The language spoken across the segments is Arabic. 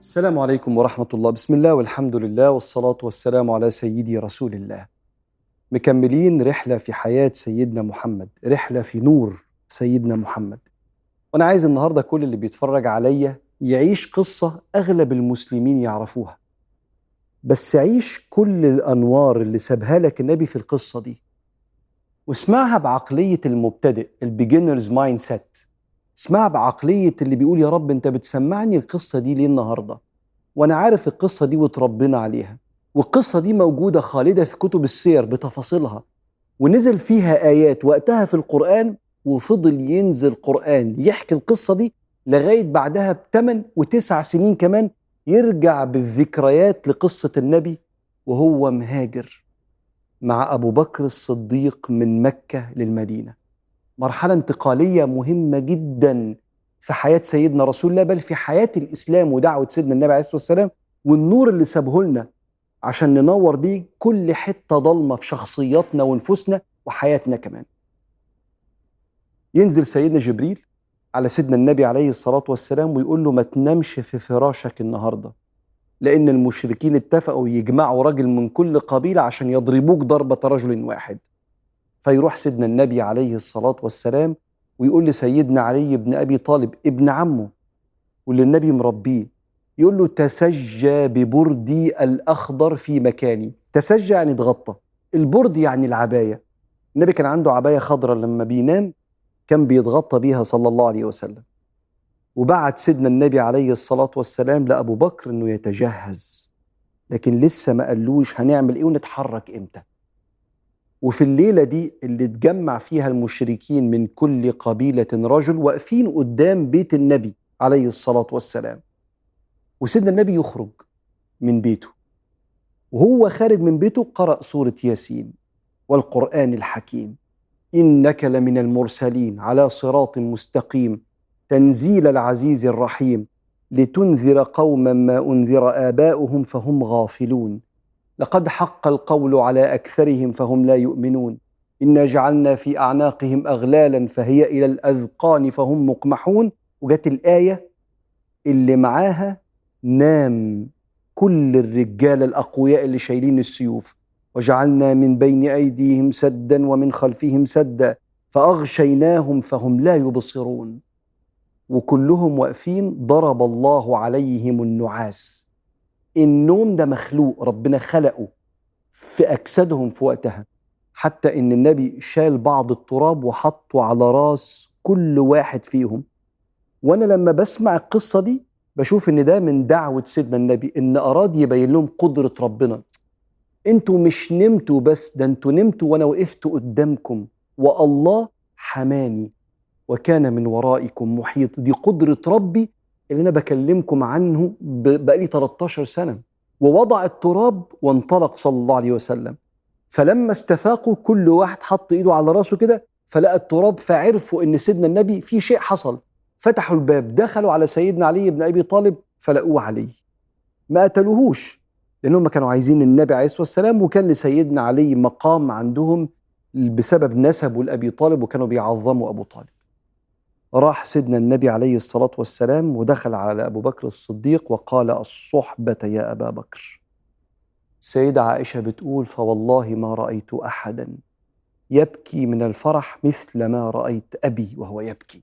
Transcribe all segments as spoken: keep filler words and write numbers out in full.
السلام عليكم ورحمة الله. بسم الله والحمد لله والصلاة والسلام على سيدي رسول الله. مكملين رحلة في حياة سيدنا محمد، رحلة في نور سيدنا محمد. وأنا عايز النهاردة كل اللي بيتفرج عليا يعيش قصة أغلب المسلمين يعرفوها، بس عيش كل الأنوار اللي سابها لك النبي في القصة دي، واسمعها بعقلية المبتدئ، البيجنرز مايند سيت. اسمعها بعقلية اللي بيقول يا رب أنت بتسمعني القصة دي ليه النهاردة؟ وأنا عارف القصة دي وتربينا عليها، والقصة دي موجودة خالدة في كتب السير بتفاصيلها، ونزل فيها آيات وقتها في القرآن، وفضل ينزل قرآن يحكي القصة دي لغاية بعدها بثمان وتسع سنين كمان، يرجع بالذكريات لقصة النبي وهو مهاجر مع أبو بكر الصديق من مكة للمدينة. مرحلة انتقالية مهمة جدا في حياة سيدنا رسول الله، بل في حياة الإسلام ودعوة سيدنا النبي عليه الصلاة والسلام، والنور اللي سابه لنا عشان ننور بيه كل حتة ضلمة في شخصياتنا ونفوسنا وحياتنا كمان. ينزل سيدنا جبريل على سيدنا النبي عليه الصلاة والسلام ويقول له ما تنامش في فراشك النهاردة، لأن المشركين اتفقوا يجمعوا راجل من كل قبيلة عشان يضربوك ضربة رجل واحد. فيروح سيدنا النبي عليه الصلاة والسلام ويقول لسيدنا علي بن أبي طالب ابن عمه واللي النبي مربيه، يقول له تسجى ببردي الأخضر في مكاني. تسجى يعني اتغطى، البرد يعني العباية. النبي كان عنده عباية خضرة لما بينام كان بيتغطى بيها صلى الله عليه وسلم. وبعت سيدنا النبي عليه الصلاة والسلام لأبو بكر أنه يتجهز، لكن لسه ما قالوش هنعمل إيه ونتحرك إمتى. وفي الليلة دي اللي اتجمع فيها المشركين من كل قبيلة رجل واقفين قدام بيت النبي عليه الصلاة والسلام، وسيدنا النبي يخرج من بيته، وهو خارج من بيته قرأ سورة ياسين والقرآن الحكيم، إنك لمن المرسلين على صراط مستقيم تنزيل العزيز الرحيم لتنذر قوما ما أنذر آباؤهم فهم غافلون لقد حق القول على أكثرهم فهم لا يؤمنون إنا جعلنا في أعناقهم أغلالا فهي إلى الأذقان فهم مقمحون. وجت الآية اللي معاها نام كل الرجال الأقوياء اللي شايلين السيوف، وجعلنا من بين أيديهم سدا ومن خلفهم سدا فأغشيناهم فهم لا يبصرون. وكلهم واقفين ضرب الله عليهم النعاس. النوم ده مخلوق ربنا خلقه في أجسادهم في وقتها، حتى إن النبي شال بعض التراب وحطه على راس كل واحد فيهم. وأنا لما بسمع القصة دي بشوف إن ده من دعوة سيدنا النبي، إن أراد يبين لهم قدرة ربنا. أنتوا مش نمتوا بس، ده أنتوا نمتوا وأنا وقفت قدامكم والله حماني وكان من ورائكم محيط. دي قدرة ربي اللي أنا بكلمكم عنه بقالي ثلاثة عشر سنة. ووضع التراب وانطلق صلى الله عليه وسلم، فلما استفاقوا كل واحد حط إيده على راسه كده فلقى التراب، فعرفوا إن سيدنا النبي في شيء حصل. فتحوا الباب دخلوا على سيدنا علي بن أبي طالب فلقوه علي. ما قتلوهوش لأنهم كانوا عايزين النبي عليه الصلاة والسلام، وكان لسيدنا علي مقام عندهم بسبب نسبه لأبي طالب وكانوا بيعظموا أبو طالب. راح سيدنا النبي عليه الصلاة والسلام ودخل على أبو بكر الصديق وقال الصحبة يا أبا بكر. سيدة عائشة بتقول فوالله ما رأيت أحدا يبكي من الفرح مثل ما رأيت أبي وهو يبكي.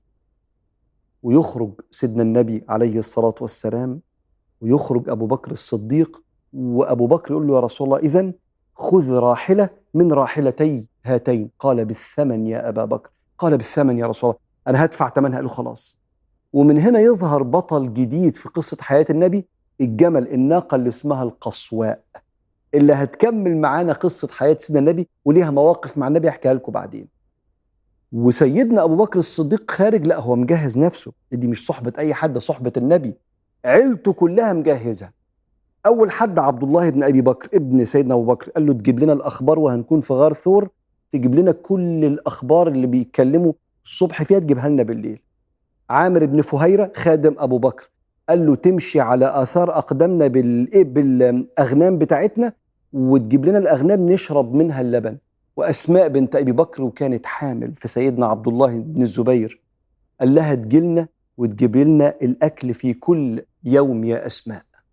ويخرج سيدنا النبي عليه الصلاة والسلام ويخرج أبو بكر الصديق، وأبو بكر يقول له يا رسول الله إذن خذ راحلة من راحلتي هاتين. قال بالثمن يا أبا بكر. قال بالثمن يا رسول الله، أنا هدفع ثمنها. قال له خلاص. ومن هنا يظهر بطل جديد في قصة حياة النبي، الجمل، الناقة اللي اسمها القصواء، اللي هتكمل معانا قصة حياة سيدنا النبي وليها مواقف مع النبي أحكيها لكم بعدين. وسيدنا أبو بكر الصديق خارج، لا هو مجهز نفسه، دي مش صحبة أي حد، صحبة النبي، عيلته كلها مجهزة. أول حد عبد الله بن أبي بكر ابن سيدنا أبو بكر، قال له تجيب لنا الأخبار وهنكون في غار ثور، تجيب لنا كل الأخبار اللي بيتكلموا الصبح فيها تجيبها لنا بالليل. عامر بن فهيرة خادم أبو بكر قال له تمشي على آثار أقدامنا بالأغنام بتاعتنا وتجيب لنا الأغنام نشرب منها اللبن. وأسماء بنت أبي بكر وكانت حامل في سيدنا عبد الله بن الزبير، قال لها تجيلنا وتجيب لنا الأكل في كل يوم يا أسماء.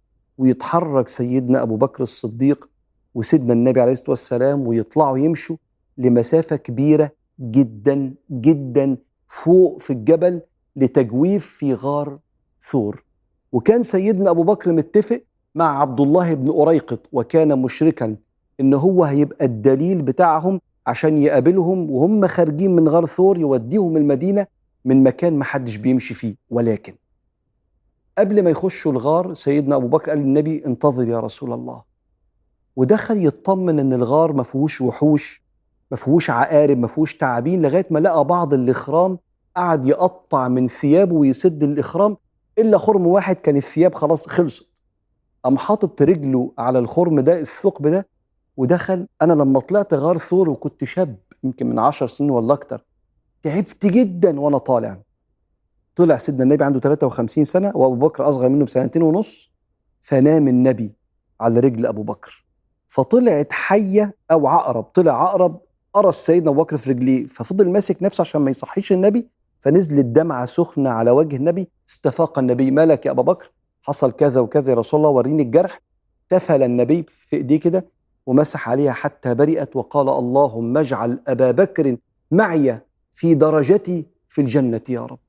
ويتحرك سيدنا أبو بكر الصديق وسيدنا النبي عليه الصلاة والسلام ويطلعوا يمشوا لمسافة كبيرة جدا جدا فوق في الجبل لتجويف في غار ثور. وكان سيدنا أبو بكر متفق مع عبد الله بن أريقط وكان مشركا إن هو هيبقى الدليل بتاعهم عشان يقابلهم وهم خارجين من غار ثور، يوديهم المدينة من مكان محدش بيمشي فيه. ولكن قبل ما يخشوا الغار سيدنا أبو بكر قال للنبي انتظر يا رسول الله، ودخل يطمن ان الغار ما فيهوش وحوش، ما فيهوش عقارب، ما فيهوش تعابين، لغايه ما لقى بعض الاخرام قعد يقطع من ثيابه ويسد الاخرام الا خرم واحد كان الثياب خلاص خلصت. قام حاطط رجله على الخرم ده الثقب ده ودخل. انا لما طلعت غار ثور وكنت شاب يمكن من عشر سنين ولا اكتر تعبت جدا وانا طالع. طلع سيدنا النبي عنده ثلاثة وخمسين سنه وابو بكر اصغر منه بسنتين ونص، فنام النبي على رجل ابو بكر، فطلعت حية أو عقرب، طلع عقرب قرص سيدنا أبو بكر في رجليه، ففضل ماسك نفسه عشان ما يصحيش النبي، فنزلت دمعة سخنة على وجه النبي. استفاق النبي، مالك يا أبا بكر؟ حصل كذا وكذا يا رسول الله، وريني الجرح. تفل النبي في إيديه كده ومسح عليها حتى برئت وقال اللهم اجعل أبا بكر معي في درجتي في الجنة يا رب.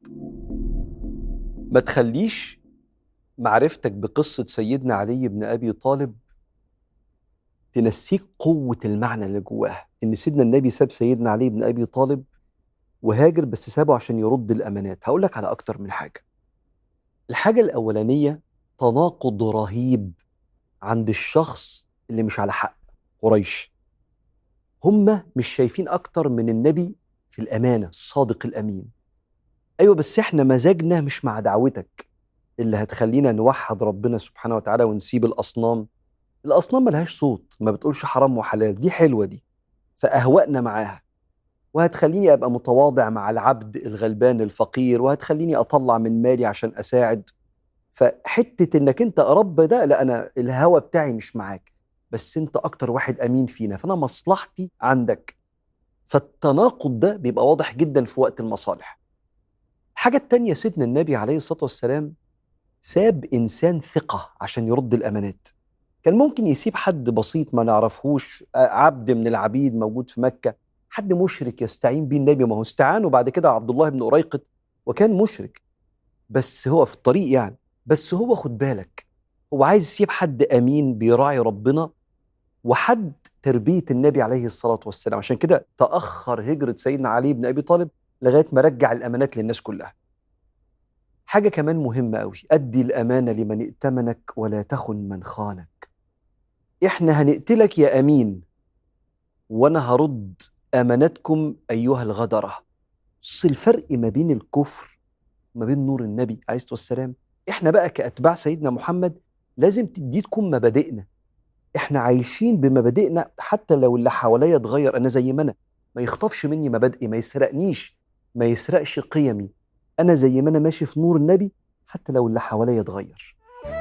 ما تخليش معرفتك بقصة سيدنا علي بن أبي طالب تنسيك قوة المعنى اللي جواها، إن سيدنا النبي ساب سيدنا علي بن أبي طالب وهاجر، بس سابه عشان يرد الأمانات. هقول لك على أكتر من حاجة. الحاجة الأولانية تناقض رهيب عند الشخص اللي مش على حق. قريش هم مش شايفين أكتر من النبي في الأمانة، الصادق الأمين. أيوة بس إحنا مزاجنا مش مع دعوتك اللي هتخلينا نوحد ربنا سبحانه وتعالى ونسيب الأصنام. الأصنام ملهاش صوت، ما بتقولش حرام وحلال، دي حلوة دي، فأهوأنا معاها، وهتخليني أبقى متواضع مع العبد الغلبان الفقير، وهتخليني أطلع من مالي عشان أساعد. فحتة إنك أنت رب ده، لا، أنا الهوى بتاعي مش معاك، بس أنت أكتر واحد أمين فينا، فأنا مصلحتي عندك. فالتناقض ده بيبقى واضح جدا في وقت المصالح. حاجة التانية، سيدنا النبي عليه الصلاة والسلام ساب إنسان ثقة عشان يرد الأمانات. كان ممكن يسيب حد بسيط ما نعرفهوش، عبد من العبيد موجود في مكة، حد مشرك يستعين بيه النبي، ما هو استعان وبعد كده عبد الله بن أريقط وكان مشرك، بس هو في الطريق يعني. بس هو خد بالك، هو عايز يسيب حد أمين بيراعي ربنا وحد تربية النبي عليه الصلاة والسلام. عشان كده تأخر هجرة سيدنا علي بن أبي طالب لغاية ما رجع الأمانات للناس كلها. حاجة كمان مهمة قوي، أدي الأمانة لمن ائتمنك ولا تخن من خانك. إحنا هنقتلك يا أمين وأنا هرد أمانتكم أيها الغدرة. بص الفرق ما بين الكفر وما بين نور النبي عليه الصلاة والسلام. إحنا بقى كأتباع سيدنا محمد لازم تدي تكون مبادئنا، إحنا عايشين بمبادئنا حتى لو اللي حواليا اتغير. أنا زي ما أنا، ما يخطفش مني مبادئي، ما يسرقنيش، ما يسرقش قيمي. أنا زي ما أنا ماشي في نور النبي حتى لو اللي حواليا اتغير.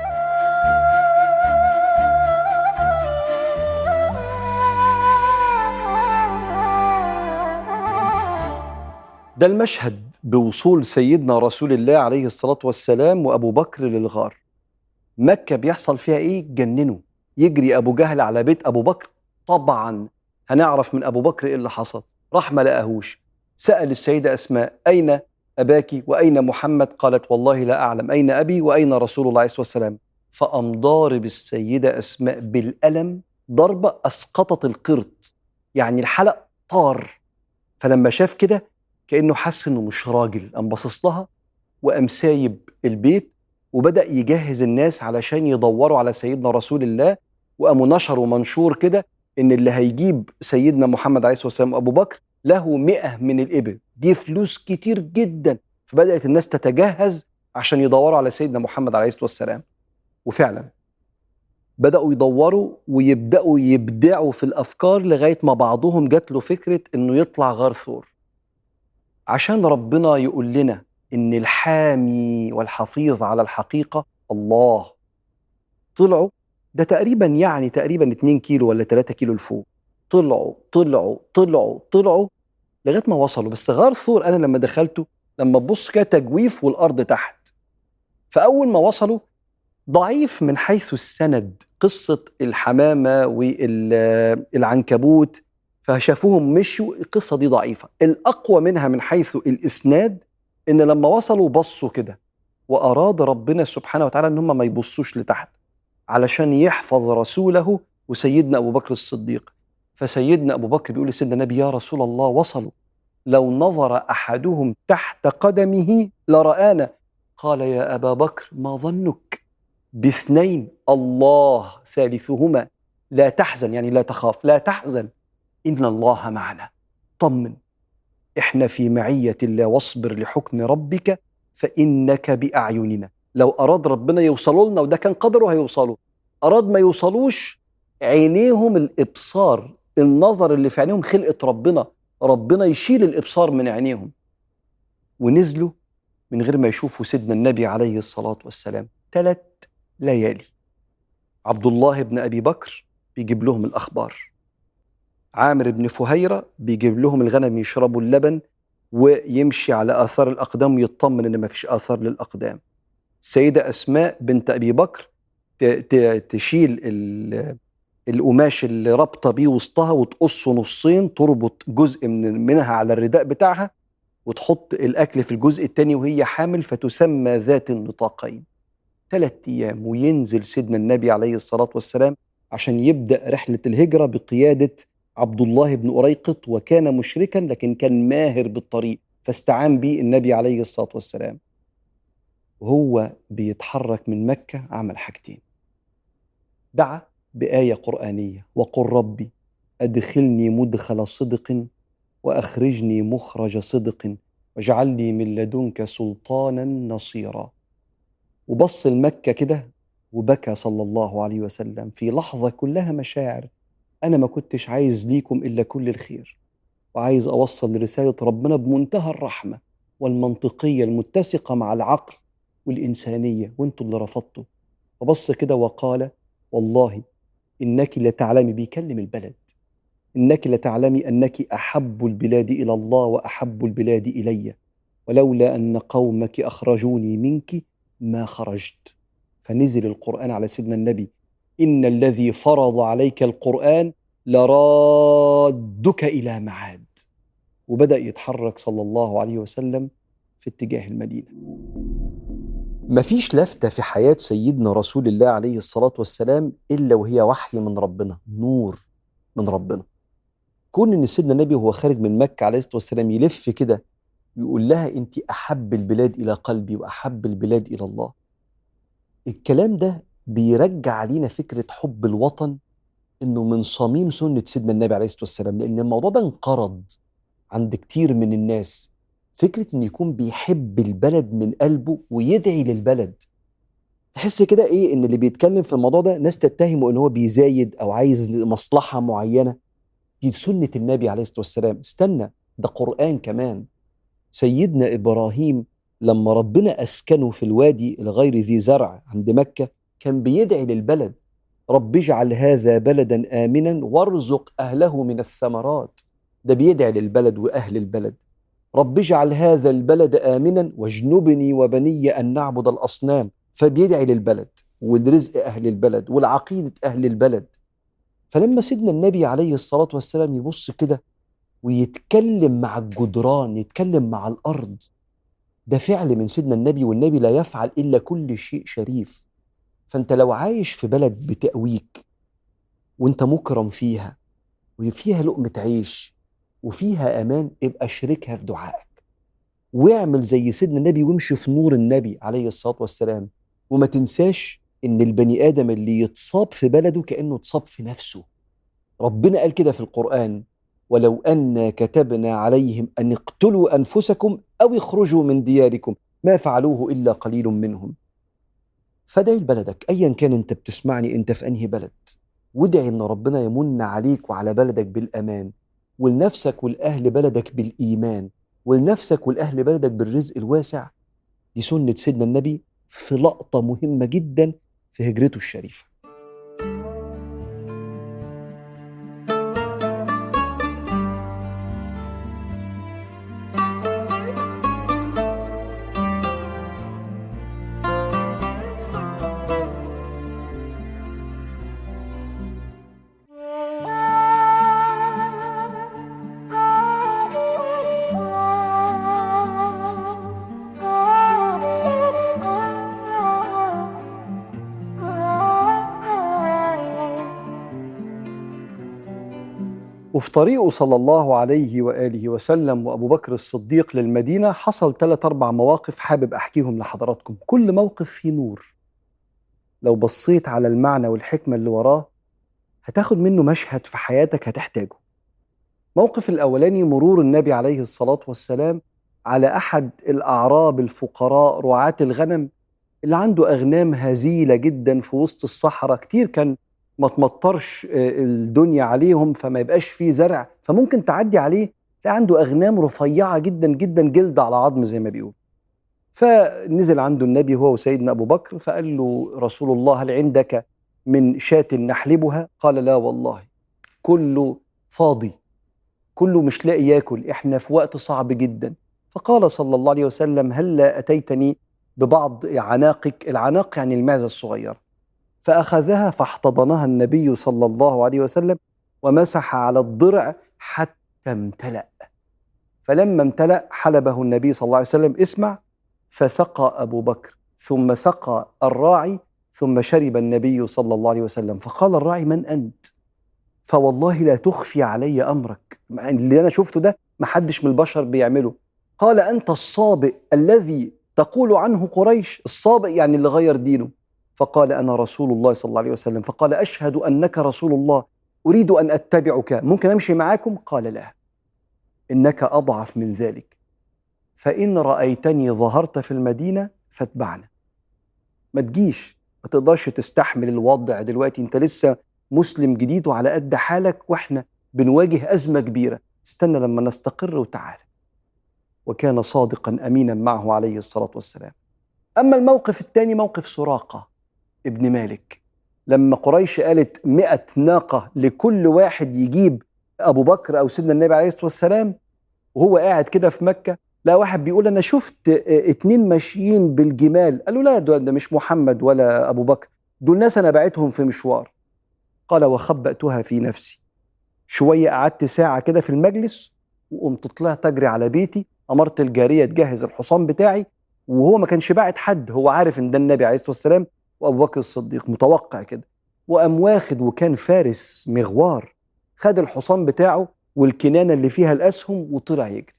ده المشهد بوصول سيدنا رسول الله عليه الصلاة والسلام وأبو بكر للغار. مكة بيحصل فيها إيه؟ جننوا، يجري أبو جهل على بيت أبو بكر. طبعا هنعرف من أبو بكر إيه اللي حصل. راح ما لقاهوش، سأل السيدة أسماء أين أباك وأين محمد؟ قالت والله لا أعلم أين أبي وأين رسول الله عليه الصلاة والسلام. فقام ضارب السيدة أسماء بالقلم ضربة أسقطت القرط، يعني الحلق طار. فلما شاف كده كأنه حس إنه مش راجل، قام باصص لها وقام سايب البيت وبدأ يجهز الناس علشان يدوروا على سيدنا رسول الله. وقاموا نشروا منشور كده إن اللي هيجيب سيدنا محمد عليه الصلاة والسلام أبو بكر له مئة من الإبل. دي فلوس كتير جدا. فبدأت الناس تتجهز عشان يدوروا على سيدنا محمد عليه الصلاة والسلام. وفعلا بدأوا يدوروا ويبدأوا يبدعوا في الأفكار لغاية ما بعضهم جات له فكرة إنه يطلع غار ثور، عشان ربنا يقول لنا إن الحامي والحفيظ على الحقيقة الله. طلعوا، ده تقريبا يعني تقريبا اتنين كيلو ولا تلاتة كيلو لفوق. طلعوا طلعوا طلعوا طلعوا لغاية ما وصلوا. بس غار ثور أنا لما دخلته، لما تبص كده تجويف والأرض تحت. فأول ما وصلوا ضعيف من حيث السند، قصة الحمامة والعنكبوت فشافوهم مشوا، القصة دي ضعيفة. الأقوى منها من حيث الإسناد إن لما وصلوا بصوا كده، وأراد ربنا سبحانه وتعالى إن هم ما يبصوش لتحت علشان يحفظ رسوله وسيدنا أبو بكر الصديق. فسيدنا أبو بكر بيقول لسيدنا النبي: يا رسول الله وصلوا، لو نظر أحدهم تحت قدمه لرآنا. قال: يا أبا بكر ما ظنك باثنين الله ثالثهما، لا تحزن، يعني لا تخاف، لا تحزن، إن الله معنا. طمن، إحنا في معية الله، واصبر لحكم ربك فإنك بأعيننا. لو أراد ربنا يوصلوا لنا وده كان قدره هيوصلوا، أراد ما يوصلوش، عينيهم الإبصار، النظر اللي في عينيهم خلقة ربنا، ربنا يشيل الإبصار من عينيهم. ونزلوا من غير ما يشوفوا سيدنا النبي عليه الصلاة والسلام ثلاث ليالي. عبد الله بن أبي بكر بيجيب لهم الأخبار، عامر بن فهيرة بيجيب لهم الغنم يشربوا اللبن ويمشي على آثار الأقدام ويطمن إن ما فيش آثار للأقدام. السيدة أسماء بنت أبي بكر تشيل القماش اللي رابطة بيه وسطها وتقصه نصين، تربط جزء من منها على الرداء بتاعها وتحط الأكل في الجزء التاني وهي حامل، فتسمى ذات النطاقين. ثلاث أيام وينزل سيدنا النبي عليه الصلاة والسلام عشان يبدأ رحلة الهجرة بقيادة عبد الله بن أريقط، وكان مشركا لكن كان ماهر بالطريق فاستعان به النبي عليه الصلاة والسلام. وهو بيتحرك من مكة عمل حاجتين: دعا بآية قرآنية: وقل ربي أدخلني مدخل صدق وأخرجني مخرج صدق واجعل لي من لدنك سلطانا نصيرا. وبص المكة كده وبكى صلى الله عليه وسلم في لحظة كلها مشاعر: أنا ما كنتش عايز ليكم إلا كل الخير، وعايز أوصل لرسالة ربنا بمنتهى الرحمة والمنطقية المتسقة مع العقل والإنسانية، وانتوا اللي رفضتوا. فبص كده وقال: والله إنك لتعلمي، بيكلم البلد، إنك لتعلمي أنك أحب البلاد إلى الله وأحب البلاد إلي، ولولا أن قومك أخرجوني منك ما خرجت. فنزل القرآن على سيدنا النبي: إن الذي فرض عليك القرآن لرادك إلى معاد. وبدأ يتحرك صلى الله عليه وسلم في اتجاه المدينة. مفيش لفتة في حياة سيدنا رسول الله عليه الصلاة والسلام إلا وهي وحي من ربنا، نور من ربنا. كون إن سيدنا النبي وهو خارج من مكة عليه الصلاة والسلام يلف كده يقول لها: أنت أحب البلاد إلى قلبي وأحب البلاد إلى الله، الكلام ده بيرجع علينا فكرة حب الوطن، إنه من صميم سنة سيدنا النبي عليه الصلاة والسلام، لأن الموضوع ده انقرض عند كتير من الناس، فكرة إنه يكون بيحب البلد من قلبه ويدعي للبلد. تحس كده إيه إن اللي بيتكلم في الموضوع ده ناس تتهمه إن هو بيزايد أو عايز مصلحة معينة. دي سنة النبي عليه الصلاة والسلام. استنى، ده قرآن كمان. سيدنا إبراهيم لما ربنا أسكنه في الوادي الغير ذي زرع عند مكة كان بيدعي للبلد: رب اجعل هذا بلدا آمنا وارزق أهله من الثمرات. ده بيدعي للبلد وأهل البلد. رب اجعل هذا البلد آمنا واجنبني وبني أن نعبد الأصنام. فبيدعي للبلد والرزق أهل البلد والعقيدة أهل البلد. فلما سيدنا النبي عليه الصلاة والسلام يبص كده ويتكلم مع الجدران، يتكلم مع الأرض، ده فعل من سيدنا النبي، والنبي لا يفعل إلا كل شيء شريف. فأنت لو عايش في بلد بتأويك وانت مكرم فيها وفيها لقمة عيش وفيها أمان، ابقى شركها في دعائك واعمل زي سيدنا النبي وامشي في نور النبي عليه الصلاة والسلام. وما تنساش إن البني آدم اللي يتصاب في بلده كأنه اتصاب في نفسه. ربنا قال كده في القرآن: ولو أن كتبنا عليهم أن اقتلوا أنفسكم أو اخرجوا من دياركم ما فعلوه إلا قليل منهم. فادعي لبلدك أيا كان أنت بتسمعني أنت في أنهي بلد، وادعي أن ربنا يمن عليك وعلى بلدك بالأمان، ولنفسك والأهل بلدك بالإيمان، ولنفسك والأهل بلدك بالرزق الواسع. دي سنة سيدنا النبي في لقطة مهمة جدا في هجرته الشريفة. وفي طريقه صلى الله عليه وآله وسلم وأبو بكر الصديق للمدينة حصل ثلاث أربع مواقف حابب أحكيهم لحضراتكم، كل موقف فيه نور. لو بصيت على المعنى والحكمة اللي وراه هتاخد منه مشهد في حياتك هتحتاجه. موقف الأولاني مرور النبي عليه الصلاة والسلام على أحد الأعراب الفقراء رعاة الغنم اللي عنده أغنام هزيلة جدا في وسط الصحراء، كتير كان ما تمطرش الدنيا عليهم فما يبقاش فيه زرع، فممكن تعدي عليه تلاقي عنده أغنام رفيعة جدا جدا جلد على عظم زي ما بيقول. فنزل عنده النبي هو وسيدنا أبو بكر فقال له رسول الله هل عندك من شاة نحلبها؟ قال لا والله، كله فاضي، كله مش لاقي ياكل، احنا في وقت صعب جدا. فقال صلى الله عليه وسلم هلا أتيتني ببعض عناقك، العناق يعني المعزة الصغيرة. فأخذها فاحتضنها النبي صلى الله عليه وسلم ومسح على الضرع حتى امتلأ. فلما امتلأ حلبه النبي صلى الله عليه وسلم، اسمع، فسقى أبو بكر ثم سقى الراعي ثم شرب النبي صلى الله عليه وسلم. فقال الراعي من أنت؟ فوالله لا تخفي علي أمرك، اللي أنا شفته ده محدش من البشر بيعمله. قال أنت الصابئ الذي تقول عنه قريش، الصابئ يعني اللي غير دينه. فقال أنا رسول الله صلى الله عليه وسلم. فقال أشهد أنك رسول الله، أريد أن أتبعك، ممكن أمشي معاكم؟ قال لا، إنك أضعف من ذلك، فإن رأيتني ظهرت في المدينة فاتبعنا. ما تجيش، ما تقدرش تستحمل الوضع دلوقتي، أنت لسه مسلم جديد وعلى قد حالك وإحنا بنواجه أزمة كبيرة، استنى لما نستقر وتعال. وكان صادقا أمينا معه عليه الصلاة والسلام. أما الموقف الثاني موقف سراقة ابن مالك، لما قريش قالت مئة ناقة لكل واحد يجيب أبو بكر أو سيدنا النبي عليه الصلاة والسلام، وهو قاعد كده في مكة لا واحد بيقول أنا شفت اتنين ماشيين بالجمال، قالوا لا ده مش محمد ولا أبو بكر، دول ناس أنا بعتهم في مشوار. قال وخبأتها في نفسي، شوية قعدت ساعة كده في المجلس وقمت طلعت أجري على بيتي، أمرت الجارية تجهز الحصان بتاعي، وهو ما كانش باعت حد، هو عارف إن ده النبي عليه الصلاة والسلام وأبو بكر الصديق، متوقع كده، وقام واخد، وكان فارس مغوار، خد الحصان بتاعه والكنانة اللي فيها الأسهم وطلع يجري.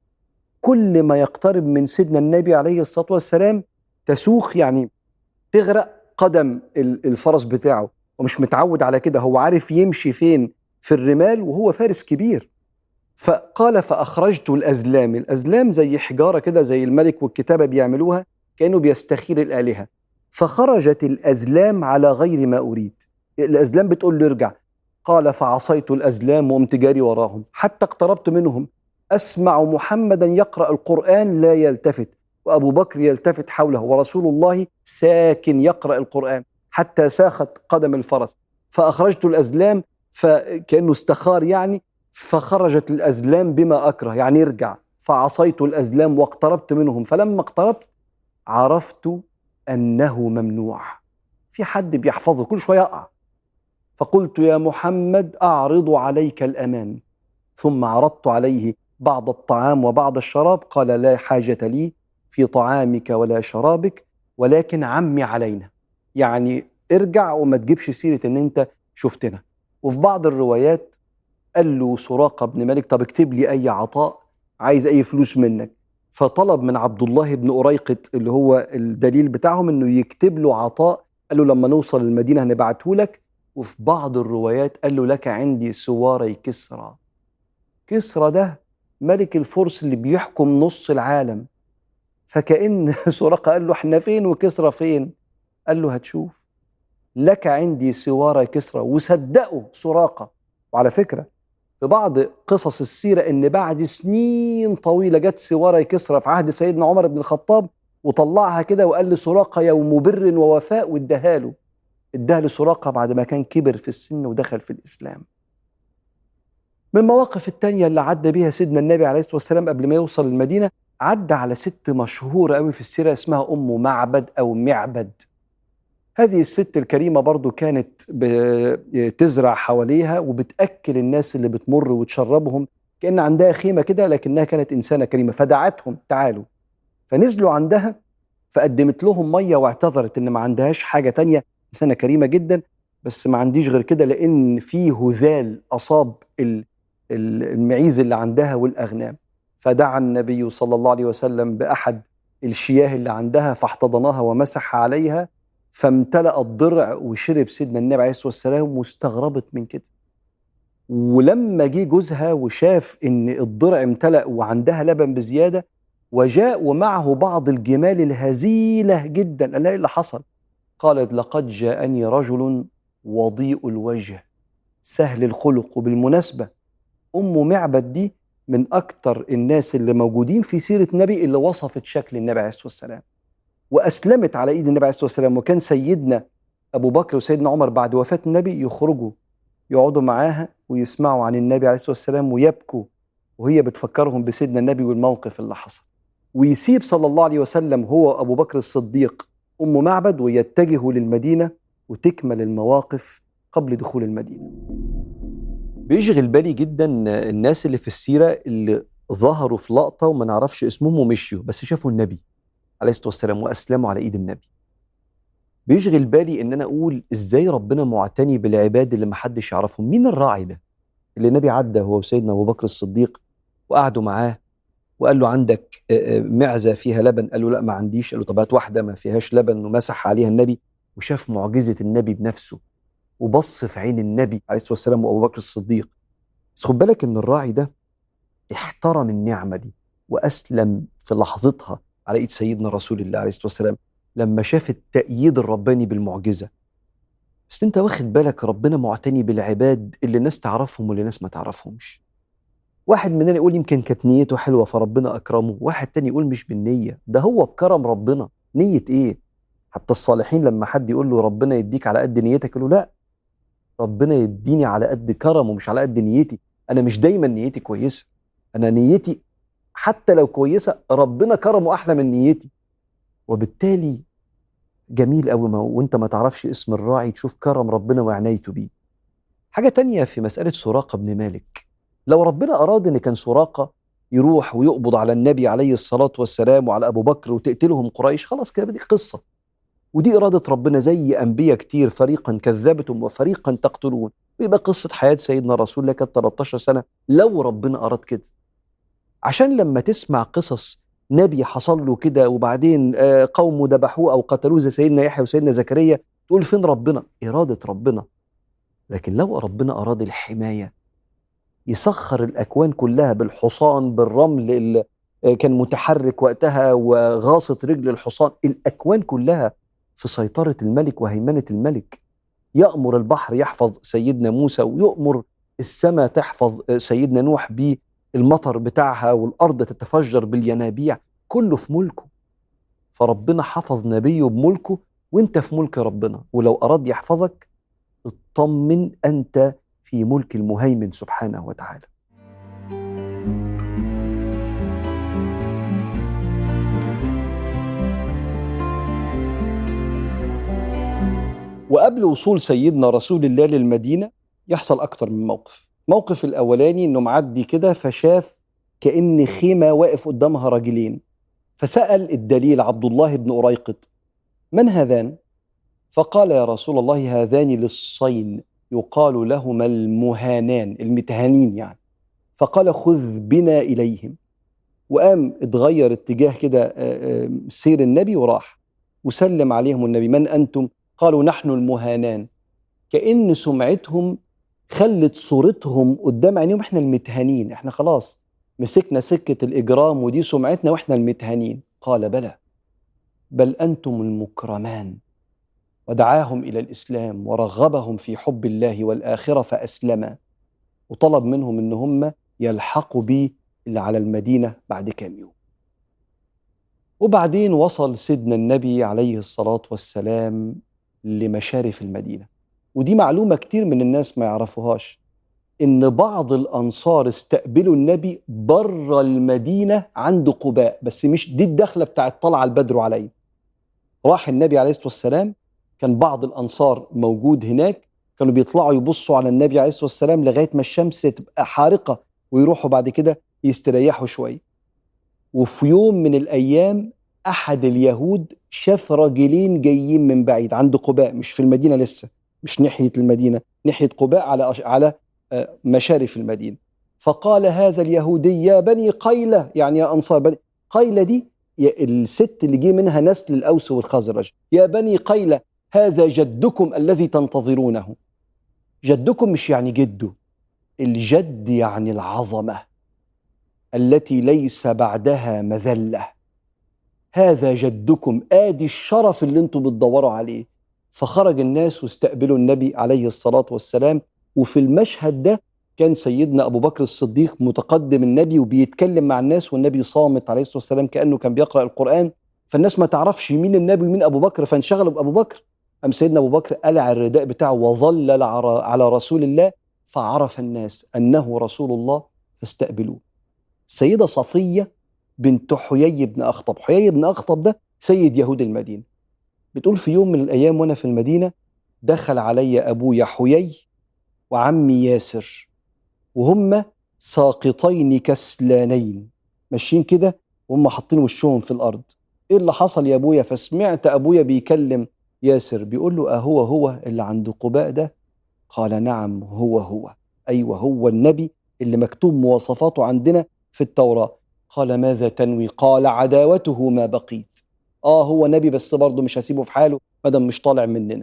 كل ما يقترب من سيدنا النبي عليه الصلاة والسلام تسوخ، يعني تغرق قدم الفرس بتاعه، ومش متعود على كده، هو عارف يمشي فين في الرمال وهو فارس كبير. فقال فأخرجت الأزلام، الأزلام زي حجارة كده زي الملك والكتابة بيعملوها كأنه بيستخير الآلهة، فخرجت الأزلام على غير ما أريد، الأزلام بتقول له ارجع. قال فعصيت الأزلام وقمت جاري وراهم حتى اقتربت منهم، أسمع محمدا يقرأ القرآن لا يلتفت، وأبو بكر يلتفت حوله، ورسول الله ساكن يقرأ القرآن، حتى ساخت قدم الفرس. فأخرجت الأزلام، فكأنه استخار يعني، فخرجت الأزلام بما أكره يعني ارجع. فعصيت الأزلام واقتربت منهم، فلما اقتربت عرفت أنه ممنوع، في حد بيحفظه كل شوية يقع. فقلت يا محمد أعرض عليك الأمان، ثم عرضت عليه بعض الطعام وبعض الشراب، قال لا حاجة لي في طعامك ولا شرابك، ولكن عمي علينا، يعني ارجع وما تجيبش سيرة ان انت شفتنا. وفي بعض الروايات قال له سراقة بن مالك طب اكتب لي اي عطاء، عايز اي فلوس منك، فطلب من عبد الله بن أريقط اللي هو الدليل بتاعهم انه يكتب له عطاء، قال له لما نوصل المدينة هنبعته لك. وفي بعض الروايات قال له لك عندي سواري كسرى، كسرى ده ملك الفرس اللي بيحكم نص العالم، فكأن سراقة قال له احنا فين وكسرى فين؟ قال له هتشوف، لك عندي سواري كسرى. وصدقوا سراقة. وعلى فكرة في بعض قصص السيرة ان بعد سنين طويلة جت سواري كسرى في عهد سيدنا عمر بن الخطاب، وطلعها كده وقال لسراقة يوم بر ووفاء، واداها له، اداها لسراقة بعد ما كان كبر في السن ودخل في الإسلام. من المواقف التانية اللي عدى بيها سيدنا النبي عليه الصلاة والسلام قبل ما يوصل المدينة، عدى على ست مشهورة قوي في السيرة اسمها أم معبد أو معبد. هذه الست الكريمة برضو كانت بتزرع حواليها وبتأكل الناس اللي بتمر وتشربهم، كأن عندها خيمة كده، لكنها كانت إنسانة كريمة، فدعتهم تعالوا، فنزلوا عندها فقدمت لهم مية واعتذرت إن ما عندهاش حاجة تانية، إنسانة كريمة جدا، بس ما عنديش غير كده لأن في هذال أصاب المعيز اللي عندها والأغنام. فدعا النبي صلى الله عليه وسلم بأحد الشياه اللي عندها فاحتضنها ومسح عليها، فامتلأ الضرع وشرب سيدنا النبي عليه الصلاة والسلام، واستغربت من كده. ولما جه جوزها وشاف ان الضرع امتلأ وعندها لبن بزيادة، وجاء ومعه بعض الجمال الهزيلة جدا، قال لها ايه اللي حصل؟ قالت لقد جاءني رجل وضيء الوجه سهل الخلق. وبالمناسبة أم معبد دي من أكتر الناس اللي موجودين في سيرة النبي اللي وصفت شكل النبي عليه الصلاة والسلام، وأسلمت على إيد النبي عليه الصلاة والسلام. وكان سيدنا أبو بكر وسيدنا عمر بعد وفاة النبي يخرجوا يقعدوا معاها ويسمعوا عن النبي عليه الصلاة والسلام ويبكوا، وهي بتفكرهم بسيدنا النبي والموقف اللي حصل. ويسيب صلى الله عليه وسلم هو أبو بكر الصديق أم معبد ويتجهوا للمدينة، وتكمل المواقف قبل دخول المدينة. بيشغل بالي جدا الناس اللي في السيرة اللي ظهروا في لقطة وما نعرفش اسمهم ومشيوا، بس شافوا النبي عليه الصلاة والسلام وأسلموا على إيد النبي. بيشغل بالي إن أنا أقول إزاي ربنا معتني بالعباد اللي محدش يعرفهم. مين الراعي ده اللي النبي عدى هو وسيدنا أبو بكر الصديق وقعدوا معاه وقال له عندك معزة فيها لبن؟ قال له لا ما عنديش. قال له طب هات واحدة ما فيهاش لبن، ومسح عليها النبي وشاف معجزة النبي بنفسه، وبص في عين النبي عليه الصلاة والسلام وأبو بكر الصديق. بس خد بالك إن الراعي ده احترم النعمة دي وأسلم في لحظتها على إيد سيدنا رسول الله عليه الصلاة والسلام لما شاف التأييد الرباني بالمعجزة. بس أنت واخد بالك ربنا معتني بالعباد اللي الناس تعرفهم واللي الناس ما تعرفهمش. واحد مننا يقول يمكن كانت نيته حلوة فربنا أكرمه، واحد تاني يقول مش بالنية، ده هو بكرم ربنا. نية إيه؟ حتى الصالحين لما حد يقول له ربنا يديك على قد نيتك، يقول له لا، ربنا يديني على قد كرمه مش على قد نيتي. أنا مش دايما نيتي كويسة، أنا نيتي حتى لو كويسة ربنا كرمه أحلى من نيتي. وبالتالي جميل قوي ما وانت ما تعرفش اسم الراعي تشوف كرم ربنا وعنايته بيه. حاجة تانية في مسألة سراقة بن مالك، لو ربنا أراد إن كان سراقة يروح ويقبض على النبي عليه الصلاة والسلام وعلى أبو بكر وتقتلهم قريش، خلاص كده دي قصة، ودي إرادة ربنا زي أنبياء كتير، فريقا كذبتم وفريقا تقتلون، ويبقى قصة حياة سيدنا رسول الله كانت تلتاشر سنة لو ربنا أراد كده. عشان لما تسمع قصص نبي حصل له كده وبعدين قومه ذبحوه أو قتلوه زي سيدنا يحيى وسيدنا زكريا، تقول فين ربنا؟ إرادة ربنا. لكن لو ربنا أراد الحماية يسخر الأكوان كلها بالحصان بالرمل اللي كان متحرك وقتها وغاصت رجل الحصان، الأكوان كلها في سيطرة الملك وهيمنة الملك. يأمر البحر يحفظ سيدنا موسى، ويؤمر السماء تحفظ سيدنا نوح بالمطر بتاعها، والأرض تتفجر بالينابيع، كله في ملكه. فربنا حفظ نبيه بملكه وانت في ملك ربنا، ولو أراد يحفظك اطمن أنت في ملك المهيمن سبحانه وتعالى. وقبل وصول سيدنا رسول الله للمدينة يحصل أكتر من موقف. موقف الأولاني إنه معدي كده فشاف كأن خيمة واقف قدامها راجلين، فسأل الدليل عبد الله بن أريقط من هذان؟ فقال يا رسول الله هذان للصين يقال لهما المهانان، المتهانين يعني. فقال خذ بنا إليهم. وقام اتغير اتجاه كده سير النبي وراح وسلم عليهم النبي. من أنتم؟ قالوا نحن المهانان. كأن سمعتهم خلت صورتهم قدام عينيهم، احنا المتهانين، احنا خلاص مسكنا سكة الإجرام ودي سمعتنا واحنا المتهانين. قال بلى، بل أنتم المكرمان. ودعاهم إلى الإسلام ورغبهم في حب الله والآخرة فأسلما، وطلب منهم إن هم يلحقوا بيه اللي على المدينة بعد كام يوم. وبعدين وصل سيدنا النبي عليه الصلاة والسلام لمشارف المدينة. ودي معلومة كتير من الناس ما يعرفوهاش، إن بعض الأنصار استقبلوا النبي بره المدينة عند قباء، بس مش دي الدخلة بتاعت طلع البدر عليه. راح النبي عليه الصلاة والسلام، كان بعض الأنصار موجود هناك، كانوا بيطلعوا يبصوا على النبي عليه الصلاة والسلام لغاية ما الشمس تبقى حارقة ويروحوا بعد كده يستريحوا شوي. وفي يوم من الأيام أحد اليهود شاف راجلين جايين من بعيد عند قباء، مش في المدينة لسه، مش ناحية المدينة، ناحية قباء على على مشارف المدينة. فقال هذا اليهودي يا بني قيلة، يعني يا أنصار بني قيلة دي الست اللي جه منها نسل الأوس والخزرج، يا بني قيلة هذا جدكم الذي تنتظرونه. جدكم مش يعني جده، الجد يعني العظمة التي ليس بعدها مذلة. هذا جدكم، آدي الشرف اللي انتم بتدوروا عليه. فخرج الناس واستقبلوا النبي عليه الصلاة والسلام. وفي المشهد ده كان سيدنا أبو بكر الصديق متقدم النبي وبيتكلم مع الناس، والنبي صامت عليه الصلاة والسلام كأنه كان بيقرأ القرآن. فالناس ما تعرفش مين النبي ومين أبو بكر، فانشغلوا بأبو بكر. أم سيدنا أبو بكر قلع الرداء بتاعه وظلل على رسول الله، فعرف الناس أنه رسول الله فاستقبلوه. السيدة صفية بنت حيي بن أخطب، حيي بن أخطب ده سيد يهود المدينة، بتقول في يوم من الأيام وأنا في المدينة دخل علي أبويا حيي وعمي ياسر وهم ساقطين كسلانين، ماشيين كده وهم حاطين وشهم في الأرض. إيه اللي حصل يا أبويا؟ فسمعت أبويا بيكلم ياسر بيقول له أهو هو اللي عند قباء ده؟ قال نعم هو هو، أيوة هو النبي اللي مكتوب مواصفاته عندنا في التوراة. قال ماذا تنوي؟ قال عداوته ما بقيت. آه هو نبي بس برضه مش هسيبه في حاله مادام مش طالع مننا.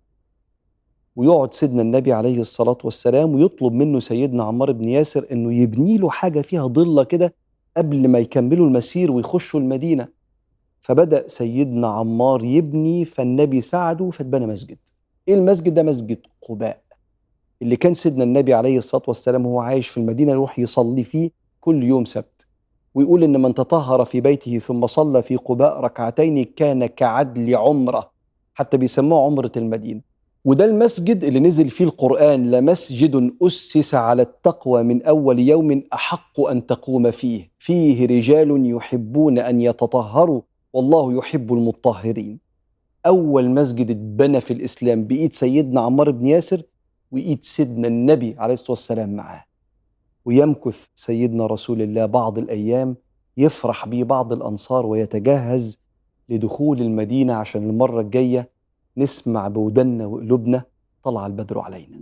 ويقعد سيدنا النبي عليه الصلاة والسلام ويطلب منه سيدنا عمار بن ياسر انه يبني له حاجة فيها ضلة كده قبل ما يكملوا المسير ويخشوا المدينة. فبدأ سيدنا عمار يبني، فالنبي ساعده فاتبنى مسجد. ايه المسجد ده؟ مسجد قباء، اللي كان سيدنا النبي عليه الصلاة والسلام وهو عايش في المدينة يروح يصلي فيه كل يوم سبت. ويقول إن من تطهر في بيته ثم صلى في قباء ركعتين كان كعدل عمرة، حتى بيسموه عمرة المدينة. وده المسجد اللي نزل فيه القرآن لمسجد أسس على التقوى من أول يوم أحق أن تقوم فيه فيه رجال يحبون أن يتطهروا والله يحب المطهرين. أول مسجد اتبنى في الإسلام بإيد سيدنا عمار بن ياسر وإيد سيدنا النبي عليه الصلاة والسلام معاه. ويمكث سيدنا رسول الله بعض الأيام يفرح بيه بعض الأنصار ويتجهز لدخول المدينة عشان المرة الجاية نسمع بودنا وقلوبنا طلع البدر علينا.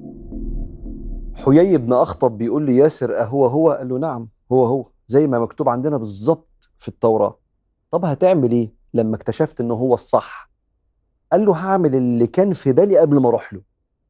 حيي بن أخطب بيقول لي ياسر أهو هو؟ قال له نعم هو هو زي ما مكتوب عندنا بالظبط في التوراة. طب هتعمل إيه لما اكتشفت إنه هو الصح؟ قال له هعمل اللي كان في بالي قبل ما أروح له،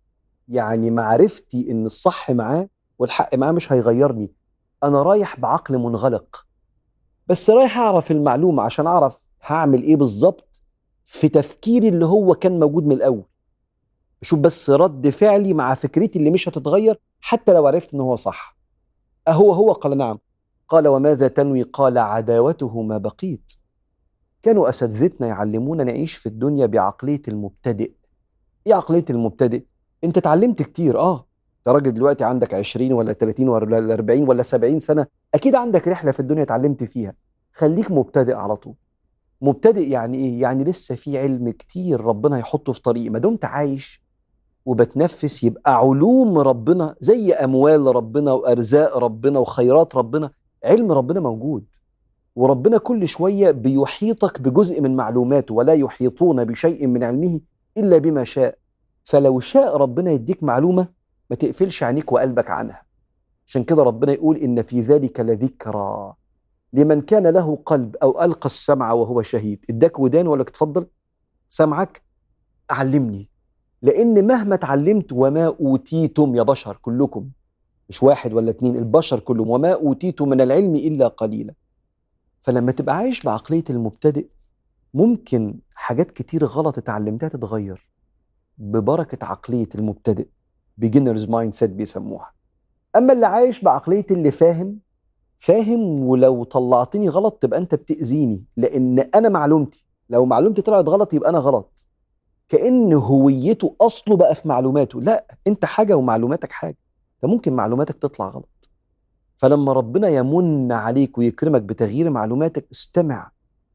يعني معرفتي إن الصح معاه والحق معاه مش هيغيرني. أنا رايح بعقل منغلق، بس رايح أعرف المعلومة عشان أعرف هعمل إيه بالظبط في تفكيري اللي هو كان موجود من الأول. شوف بس رد فعلي مع فكرتي اللي مش هتتغير حتى لو عرفت إنه هو صح. أهو هو؟ قال نعم. قال وماذا تنوي؟ قال عداوته ما بقيت. كانوا أساتذتنا يعلمونا نعيش في الدنيا بعقلية المبتدئ. إيه عقلية المبتدئ؟ أنت اتعلمت كتير، آه أنت راجل دلوقتي عندك عشرين ولا تلاتين ولا أربعين ولا سبعين سنة، أكيد عندك رحلة في الدنيا اتعلمت فيها. خليك مبتدئ على طول. مبتدئ يعني إيه؟ يعني لسه في علم كتير ربنا يحطه في طريق. ما دمت عايش وبتنفس يبقى علوم ربنا زي أموال ربنا وأرزاق ربنا وخيرات ربنا، علم ربنا موجود، وربنا كل شوية بيحيطك بجزء من معلوماته. ولا يحيطون بشيء من علمه إلا بما شاء. فلو شاء ربنا يديك معلومة ما تقفلش عينيك وقلبك عنها. عشان كده ربنا يقول إن في ذلك لذكرى لمن كان له قلب أو ألقى السمع وهو شهيد. اداك ودان ولا تفضل سمعك؟ علمني، لأن مهما اتعلمت وما أوتيتم يا بشر كلكم، مش واحد ولا اتنين، البشر كلهم، وما أوتيتم من العلم إلا قليلا. فلما تبقى عايش بعقلية المبتدئ ممكن حاجات كتير غلط اتعلمتها تتغير ببركة عقلية المبتدئ، beginner's mindset بيسموها. أما اللي عايش بعقلية اللي فاهم فاهم ولو طلعتني غلط تبقى أنت بتأذيني، لأن أنا معلومتي لو معلومتي طلعت غلط يبقى أنا غلط. كأن هويته أصله بقى في معلوماته. لا، أنت حاجة ومعلوماتك حاجة، فممكن معلوماتك تطلع غلط. فلما ربنا يمن عليك ويكرمك بتغيير معلوماتك استمع.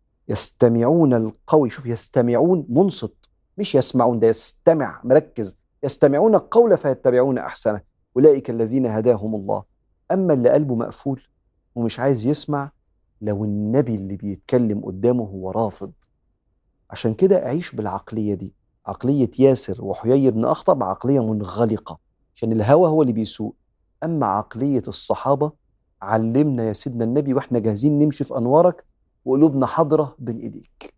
يستمعون القول، شوف يستمعون منصت مش يسمعون، ده يستمع مركز. يستمعون القول فيتبعون أحسنه أولئك الذين هداهم الله. أما اللي قلبه مقفول ومش عايز يسمع، لو النبي اللي بيتكلم قدامه هو رافض. عشان كده أعيش بالعقلية دي، عقلية ياسر وحيي بن أخطب، عقلية منغلقة عشان الهوى هو اللي بيسوق. أما عقلية الصحابة علمنا يا سيدنا النبي وإحنا جاهزين نمشي في أنوارك وقلوبنا حاضرة بين إيديك.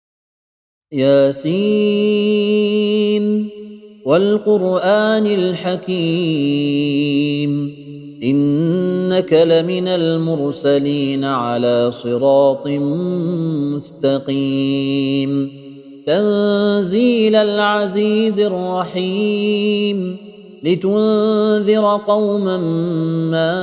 ياسين والقرآن الحكيم إنك لمن المرسلين على صراط مستقيم تنزيل العزيز الرحيم لتنذر قوما ما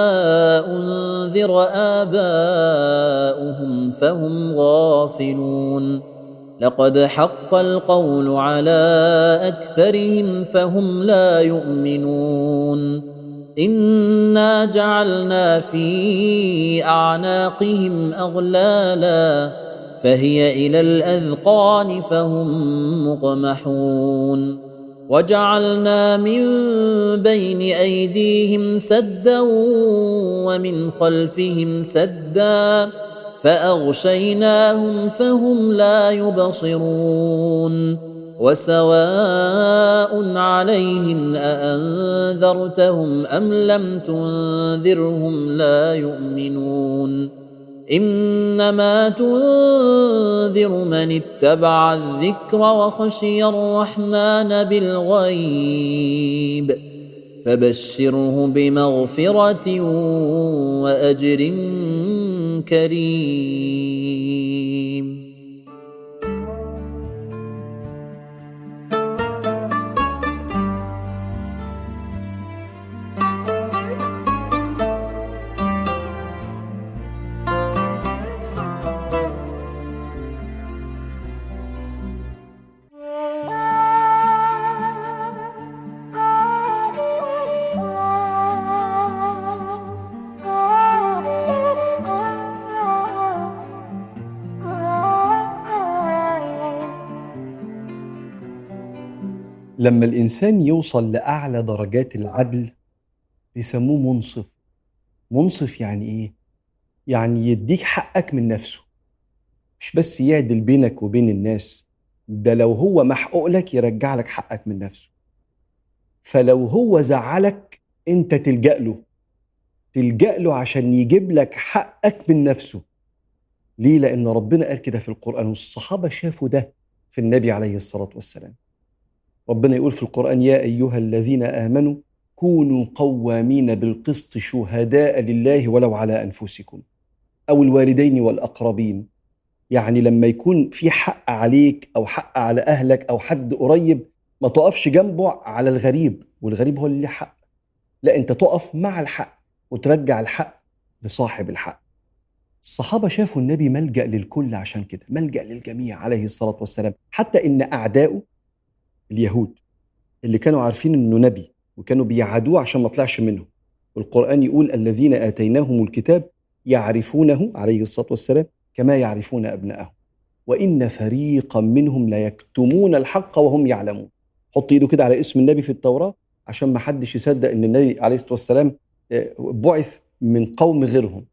أنذر آباؤهم فهم غافلون لقد حق القول على أكثرهم فهم لا يؤمنون إنا جعلنا في أعناقهم أغلالا فهي إلى الأذقان فهم مقمحون وجعلنا من بين أيديهم سدا ومن خلفهم سدا فأغشيناهم فهم لا يبصرون وسواء عليهم أأنذرتهم أم لم تنذرهم لا يؤمنون إنما تنذر من اتبع الذكر وخشي الرحمن بالغيب فبشره بمغفرة وأجر كريم. لما الإنسان يوصل لأعلى درجات العدل بيسموه منصف. منصف يعني إيه؟ يعني يديك حقك من نفسه، مش بس يعدل بينك وبين الناس، ده لو هو محقوق لك يرجع لك حقك من نفسه. فلو هو زعلك أنت تلجأ له تلجأ له عشان يجيب لك حقك من نفسه. ليه؟ لأن ربنا قال كده في القرآن والصحابة شافوا ده في النبي عليه الصلاة والسلام. ربنا يقول في القرآن يا أيها الذين آمنوا كونوا قوامين بالقسط شهداء لله ولو على أنفسكم أو الوالدين والأقربين. يعني لما يكون في حق عليك أو حق على أهلك أو حد قريب ما تقفش جنبه على الغريب والغريب هو اللي له حق، لا أنت تقف مع الحق وترجع الحق لصاحب الحق. الصحابة شافوا النبي ملجأ للكل، عشان كده ملجأ للجميع عليه الصلاة والسلام، حتى إن أعداؤه اليهود اللي كانوا عارفين إنه نبي وكانوا بيعادوه عشان ما طلعش منهم، والقرآن يقول الذين آتيناهم الكتاب يعرفونه عليه الصلاة والسلام كما يعرفون أبناءهم وإن فريقا منهم لا يكتمون الحق وهم يعلمون. حط إيده كده على اسم النبي في التوراة عشان ما حدش يصدق إن النبي عليه الصلاة والسلام بعث من قوم غيرهم.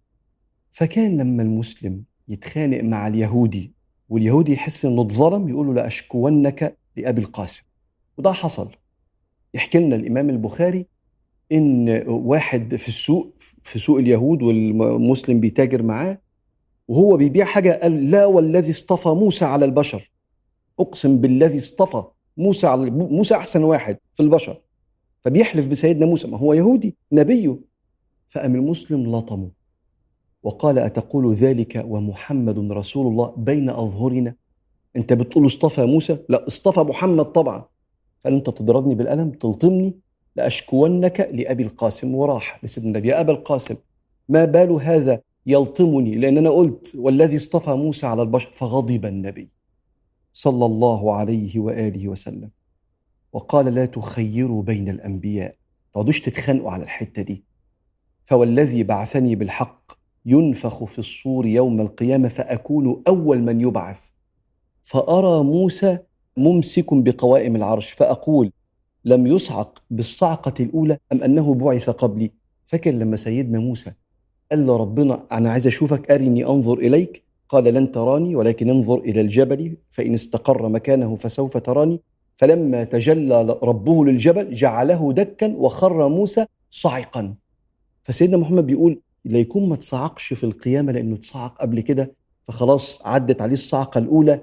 فكان لما المسلم يتخانق مع اليهودي واليهودي يحس إنه اتظلم يقول له لأشكونك لأبي القاسم، وده حصل. يحكي لنا الإمام البخاري إن واحد في السوق في سوق اليهود والمسلم بيتاجر معاه وهو بيبيع حاجة قال لا والذي اصطفى موسى على البشر، أقسم بالذي اصطفى موسى على موسى أحسن واحد في البشر، فبيحلف بسيدنا موسى ما هو يهودي نبيه. فقام المسلم لطمه وقال أتقول ذلك ومحمد رسول الله بين أظهرنا؟ أنت بتقول اصطفى موسى؟ لا اصطفى محمد طبعا. قال أنت بتضربني بالقلم تلطمني؟ لأشكونك لأبي القاسم. وراح لسيدنا النبي يا أبا القاسم ما بال هذا يلطمني لأن أنا قلت والذي اصطفى موسى على البشر. فغضب النبي صلى الله عليه وآله وسلم وقال لا تخيروا بين الأنبياء، تقعدوش تتخانقوا على الحتة دي. فوالذي بعثني بالحق ينفخ في الصور يوم القيامة فأكون أول من يبعث فأرى موسى ممسك بقوائم العرش فأقول لم يصعق بالصعقة الأولى أم أنه بعث قبلي. فاكر لما سيدنا موسى قال له ربنا أنا عايز أشوفك أرني أنظر إليك، قال لن تراني ولكن انظر إلى الجبل فإن استقر مكانه فسوف تراني. فلما تجلى ربه للجبل جعله دكا وخر موسى صعقا. فسيدنا محمد بيقول لا يكون ما تصعقش في القيامة لأنه تصعق قبل كده فخلاص عدت عليه الصعقة الأولى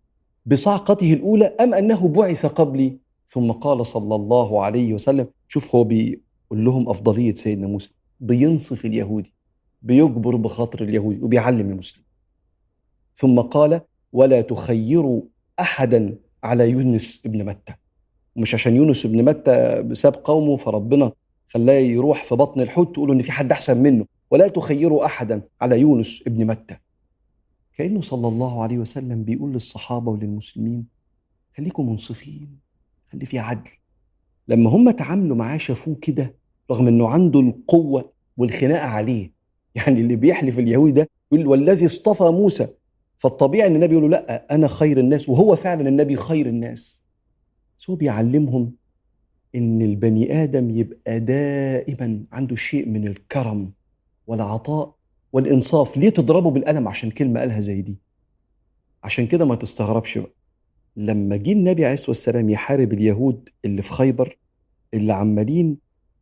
بصعقته الأولى، أم أنه بعث قبلي. ثم قال صلى الله عليه وسلم، شوف هو بيقول لهم أفضلية سيدنا موسى، بينصف اليهودي، بيجبر بخاطر اليهودي وبيعلم المسلم. ثم قال ولا تخيروا أحدا على يونس ابن متى. مش عشان يونس ابن متى بسبب قومه فربنا خلاه يروح في بطن الحوت تقولوا إن في حد أحسن منه، ولا تخيروا أحدا على يونس ابن متى. كأنه صلى الله عليه وسلم بيقول للصحابة وللمسلمين خليكم منصفين، خلي في عدل. لما هم تعاملوا معاه شافوه كده رغم أنه عنده القوة والخناقة عليه، يعني اللي بيحلف اليهودي ده يقول والذي اصطفى موسى، فالطبيعي أن النبي يقول له لا أنا خير الناس، وهو فعلا النبي خير الناس. بس هو بيعلمهم إن البني آدم يبقى دائما عنده شيء من الكرم والعطاء والإنصاف. ليه تضربه بالقلم عشان كلمة قالها زي دي؟ عشان كده ما تستغربش بقى لما جه النبي عليه الصلاة والسلام يحارب اليهود اللي في خيبر، اللي عمالين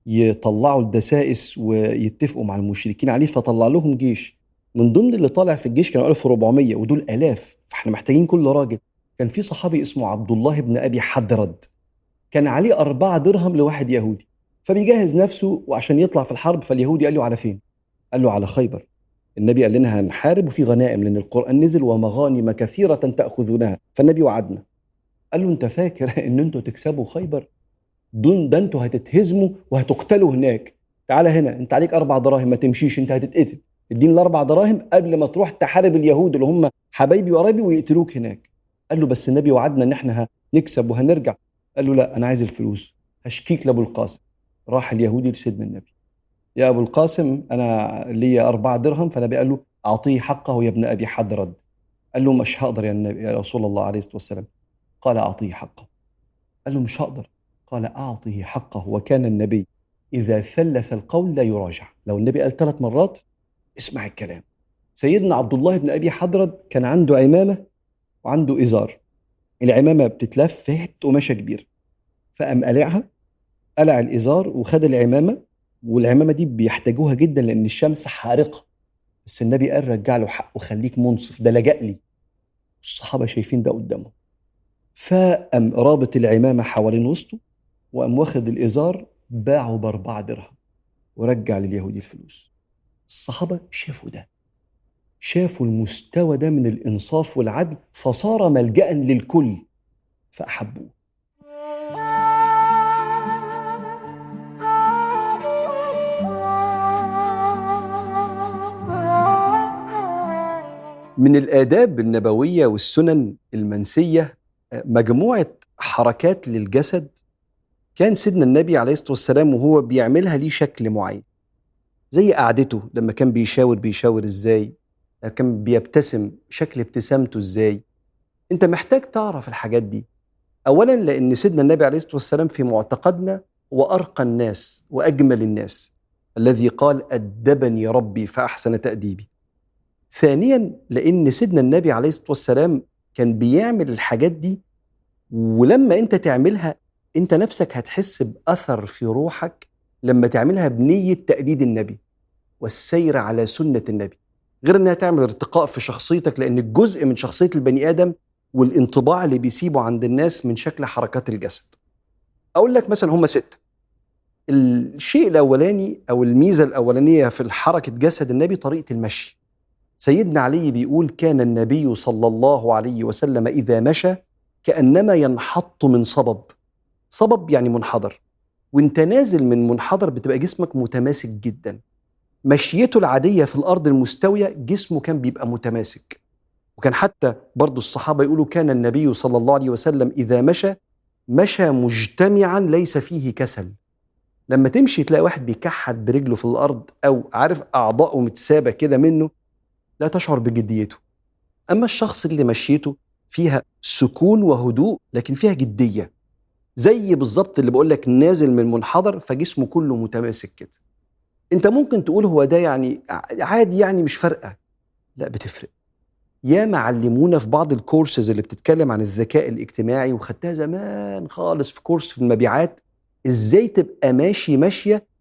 يطلعوا الدسائس ويتفقوا مع المشركين عليه، فطلع لهم جيش. من ضمن اللي طالع في الجيش كانوا ألف وأربعمية ودول آلاف، فاحنا محتاجين كل راجل. كان في صحابي اسمه عبد الله بن أبي حدرد، كان عليه أربعة درهم لواحد يهودي، فبيجهز نفسه وعشان يطلع في الحرب. فاليهودي قال له على فين؟ قال له على خيبر، النبي قال لنا هنحارب وفي غنائم لأن القرآن نزل ومغانم كثيرة تأخذونها، فالنبي وعدنا. قال له انت فاكر ان انتوا تكسبوا خيبر؟ دون ده انتوا هتتهزموا وهتقتلوا هناك. تعالى هنا انت عليك اربع دراهم ما تمشيش انت هتتقتل، اديني الاربع دراهم قبل ما تروح تحارب اليهود اللي هم حبايبي وقرايبي ويقتلوك هناك. قال له بس النبي وعدنا ان احنا هنكسب وهنرجع. قال له لا انا عايز الفلوس، هشكيك لابو القاسم. راح اليهودي لسيدنا النبي، يا ابو القاسم انا لي اربع درهم. فالنبي قال له اعطيه حقه يا ابن ابي حدرد. قال له مش هقدر يا النبي يا رسول الله عليه الصلاه والسلام. قال اعطيه حقه. قال له مش هقدر. قال أعطه حقه. وكان النبي إذا ثلث القول لا يراجع، لو النبي قال ثلاث مرات اسمع الكلام. سيدنا عبد الله بن أبي حدرد كان عنده عمامة وعنده إزار، العمامة بتتلف في حتة قماشة كبيرة، فقام قلعها، قلع الإزار وخد العمامة، والعمامة دي بيحتاجوها جدا لأن الشمس حارقة، بس النبي قال رجع له حقه، خليك منصف، ده لجأ لي. الصحابة شايفين ده قدامهم، فقام رابط العمامة حوالين وسطه وقام واخد الإزار باعه بأربعة درهم ورجع لليهودي الفلوس. الصحابة شافوا ده، شافوا المستوى ده من الإنصاف والعدل، فصار ملجأ للكل فأحبوه. من الآداب النبوية والسنن المنسية مجموعة حركات للجسد كان سيدنا النبي عليه الصلاة والسلام وهو بيعملها ليه شكل معين، زي قعدته لما كان بيشاور بيشاور ازاي، كان بيبتسم شكل ابتسامته ازاي. انت محتاج تعرف الحاجات دي اولا لان سيدنا النبي عليه الصلاة والسلام في معتقدنا هو أرقى الناس وأجمل الناس، الذي قال أدبني ربي فأحسن تأديبي. ثانيا لان سيدنا النبي عليه الصلاة والسلام كان بيعمل الحاجات دي، ولما انت تعملها انت نفسك هتحس بأثر في روحك لما تعملها بنية تقليد النبي والسير على سنة النبي، غير انها تعمل ارتقاء في شخصيتك، لان الجزء من شخصية البني آدم والانطباع اللي بيسيبه عند الناس من شكل حركات الجسد. اقول لك مثلا هم ستة. الشيء الاولاني او الميزة الاولانية في الحركة جسد النبي طريقة المشي. سيدنا علي بيقول كان النبي صلى الله عليه وسلم إذا مشى كأنما ينحط من صبب. صبب يعني منحدر، وانت نازل من منحدر بتبقى جسمك متماسك جدا. مشيته العادية في الأرض المستوية جسمه كان بيبقى متماسك. وكان حتى برضو الصحابة يقولوا كان النبي صلى الله عليه وسلم إذا مشى مشى مجتمعا ليس فيه كسل. لما تمشي تلاقي واحد بيكحد برجله في الأرض أو عارف أعضاؤه متسابة كده منه لا تشعر بجديته. أما الشخص اللي مشيته فيها سكون وهدوء لكن فيها جدية، زي بالظبط اللي بقولك نازل من منحدر فجسمه كله متماسك كده. انت ممكن تقول هو ده يعني عادي يعني مش فارقة، لا بتفرق. يا معلمونا في بعض الكورسز اللي بتتكلم عن الذكاء الاجتماعي، وخدتها زمان خالص في كورس في المبيعات، ازاي تبقى ماشي ماشية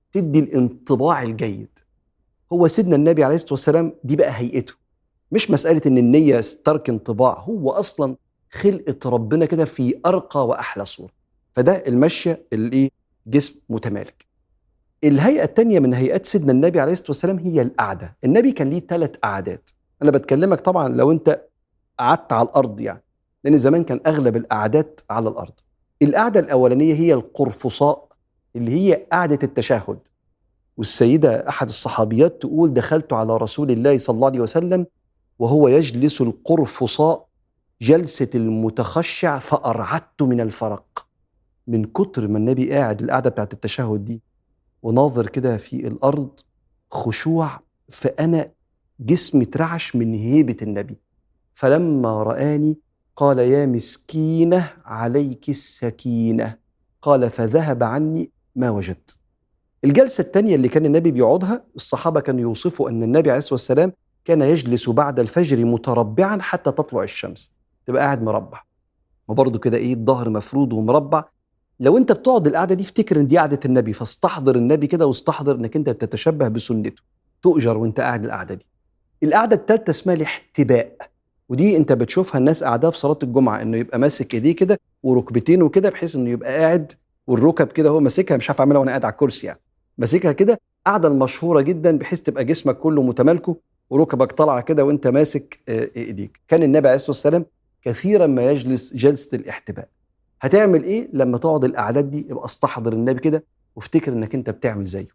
تدي الانطباع الجيد. هو سيدنا النبي عليه الصلاة والسلام دي بقى هيئته، مش مسألة إن النية ترك انطباع، هو أصلا خلقة ربنا كده في أرقى وأحلى صورة. فده المشية اللي جسم متمالك. الهيئة التانية من هيئات سيدنا النبي عليه الصلاة والسلام هي القعدة. النبي كان ليه ثلاث قعدات. أنا بتكلمك طبعا لو أنت قعدت على الأرض يعني، لأن زمان كان أغلب القعدات على الأرض. القعدة الأولانية هي القرفصاء، اللي هي قعدة التشهد. والسيدة أحد الصحابيات تقول: دخلت على رسول الله صلى الله عليه وسلم وهو يجلس القرفصاء جلسة المتخشع فأرعدت من الفرق. من كتر ما النبي قاعد القعدة بتاعت التشهد دي وناظر كده في الأرض خشوع، فأنا جسمي اترعش من هيبة النبي. فلما رآني قال: يا مسكينة عليك السكينة. قال: فذهب عني ما وجدت. الجلسة الثانية اللي كان النبي بيقعدها، الصحابة كانوا يوصفوا أن النبي عليه الصلاة والسلام كان يجلس بعد الفجر متربعا حتى تطلع الشمس. تبقى قاعد مربع، وبرضه كده إيه، الظهر مفرود ومربع. لو أنت بتقعد القعدة دي افتكر إن دي قعدة النبي، فاستحضر النبي كده واستحضر إنك أنت بتتشبه بسنته، تؤجر وأنت قاعد القعدة دي. القعدة الثالثة اسمها الاحتباء، ودي أنت بتشوفها الناس قاعدة في صلاة الجمعة، إنه يبقى ماسك إيديه كده وركبتينه كده، بحيث إنه يبقى قاعد والركب كده هو ماسكها، مش عارف أعملها وأنا قاعد على الكرسي يعني، ماسكها كده. قاعدة المشهورة جدا بحيث تبقى جسمك كله متمالكه وركبك طالعة كده وانت ماسك ايديك. كان النبي عليه الصلاة والسلام كثيرا ما يجلس جلسة الاحتباء. هتعمل ايه لما تقعد القعدات دي؟ يبقى استحضر النبي كده وافتكر انك انت بتعمل زيه.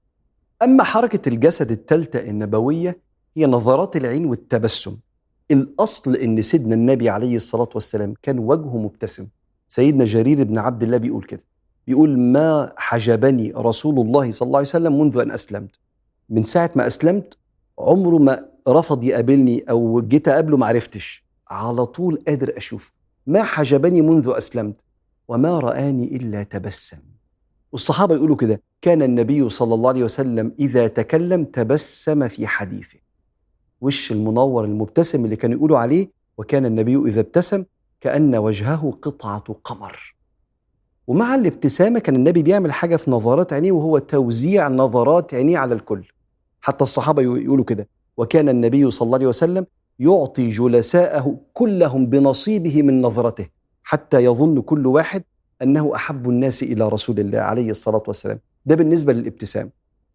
اما حركة الجسد الثالثة النبوية هي نظرات العين والتبسم. الاصل ان سيدنا النبي عليه الصلاة والسلام كان وجهه مبتسم. سيدنا جرير بن عبد الله بيقول كده، بيقول: ما حجبني رسول الله صلى الله عليه وسلم منذ أن أسلمت. من ساعة ما أسلمت عمره ما رفض يقابلني أو جيت أقابله ما عرفتش، على طول قادر أشوفه. ما حجبني منذ أسلمت وما رآني إلا تبسم. والصحابة يقولوا كده: كان النبي صلى الله عليه وسلم إذا تكلم تبسم في حديثه. وش المنور المبتسم اللي كانوا يقولوا عليه: وكان النبي إذا ابتسم كأن وجهه قطعة قمر. ومع الابتسامة كان النبي بيعمل حاجة في نظرات عينيه، وهو توزيع نظرات عينيه على الكل. حتى الصحابة يقولوا كده: وكان النبي صلى الله عليه وسلم يعطي جلساءه كلهم بنصيبه من نظرته حتى يظن كل واحد أنه أحب الناس إلى رسول الله عليه الصلاة والسلام. ده بالنسبة للابتسام.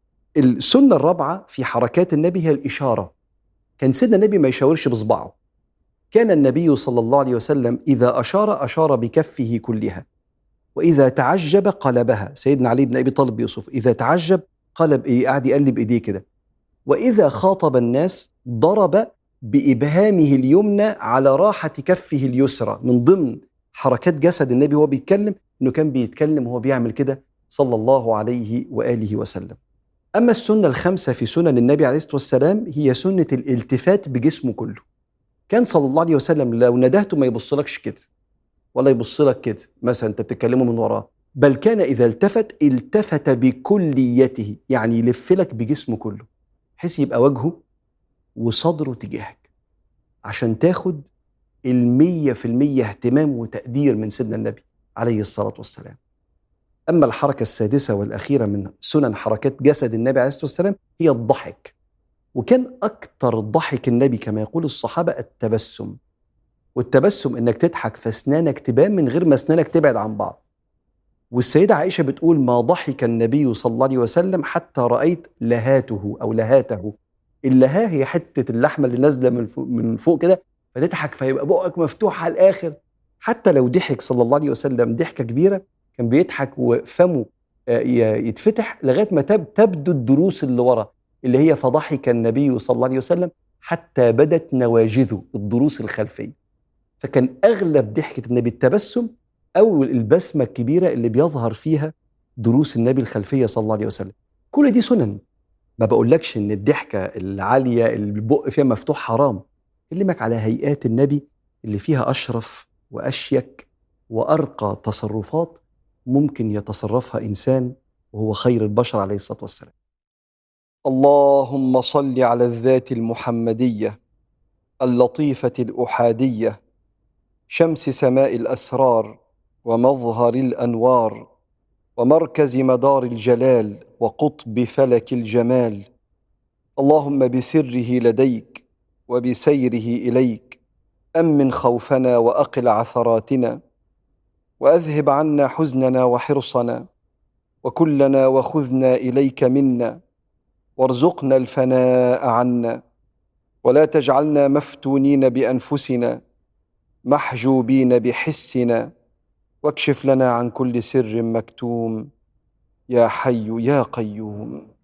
السنة الرابعة في حركات النبي هي الإشارة. كان سيدنا النبي ما يشاورش بصبعه. كان النبي صلى الله عليه وسلم إذا أشار أشار بكفه كلها، وإذا تعجب قلبها. سيدنا علي بن أبي طالب بيوصف: إذا تعجب قلب إيه، قاعد يقلب إيديه كده. وإذا خاطب الناس ضرب بإبهامه اليمنى على راحة كفه اليسرى. من ضمن حركات جسد النبي وهو بيتكلم إنه كان بيتكلم وهو بيعمل كده صلى الله عليه وآله وسلم. أما السنة الخمسة في سنن النبي عليه الصلاة والسلام هي سنة الالتفات بجسمه كله. كان صلى الله عليه وسلم لو ندهته ما يبصلكش كده ولا يبص لك كده مثلا انت بتتكلمه من وراه، بل كان اذا التفت التفت بكليته، يعني يلف لك بجسمه كله بحيث يبقى وجهه وصدره تجاهك عشان تاخد المية في المية اهتمام وتقدير من سيدنا النبي عليه الصلاة والسلام. أما الحركة السادسة والأخيرة من سنن حركات جسد النبي عليه الصلاة والسلام هي الضحك. وكان أكتر ضحك النبي كما يقول الصحابة التبسم. والتبسم انك تضحك فاسنانك تبان من غير ما اسنانك تبعد عن بعض. والسيدة عائشة بتقول: ما ضحك النبي صلى الله عليه وسلم حتى رأيت لهاته أو لهاته. اللها هي حتة اللحمة اللي نازلة من فوق, من فوق كده، فتضحك فيبقى بقك مفتوح على الآخر. حتى لو ضحك صلى الله عليه وسلم ضحكة كبيرة كان بيضحك وفمه يتفتح لغاية ما تبدو الضروس اللي ورا، اللي هي فضحك النبي صلى الله عليه وسلم حتى بدت نواجذه، الضروس الخلفية. فكان أغلب ضحكة النبي التبسم أو البسمة الكبيرة اللي بيظهر فيها دروس النبي الخلفية صلى الله عليه وسلم. كل دي سنن. ما بقولكش إن الضحكة العالية اللي البق فيها مفتوح حرام. أكلمك على هيئات النبي اللي فيها أشرف وأشيك وأرقى تصرفات ممكن يتصرفها إنسان وهو خير البشر عليه الصلاة والسلام. اللهم صل على الذات المحمدية اللطيفة ومركز مدار الجلال وقطب فلك الجمال. اللهم بسره لديك وبسيره إليك أمن خوفنا وأقل عثراتنا، وأذهب عنا حزننا وحرصنا، وكلنا وخذنا إليك منا، وارزقنا الفناء عنا، ولا تجعلنا مفتونين بأنفسنا محجوبين بحسنا، واكشف لنا عن كل سر مكتوم يا حي يا قيوم.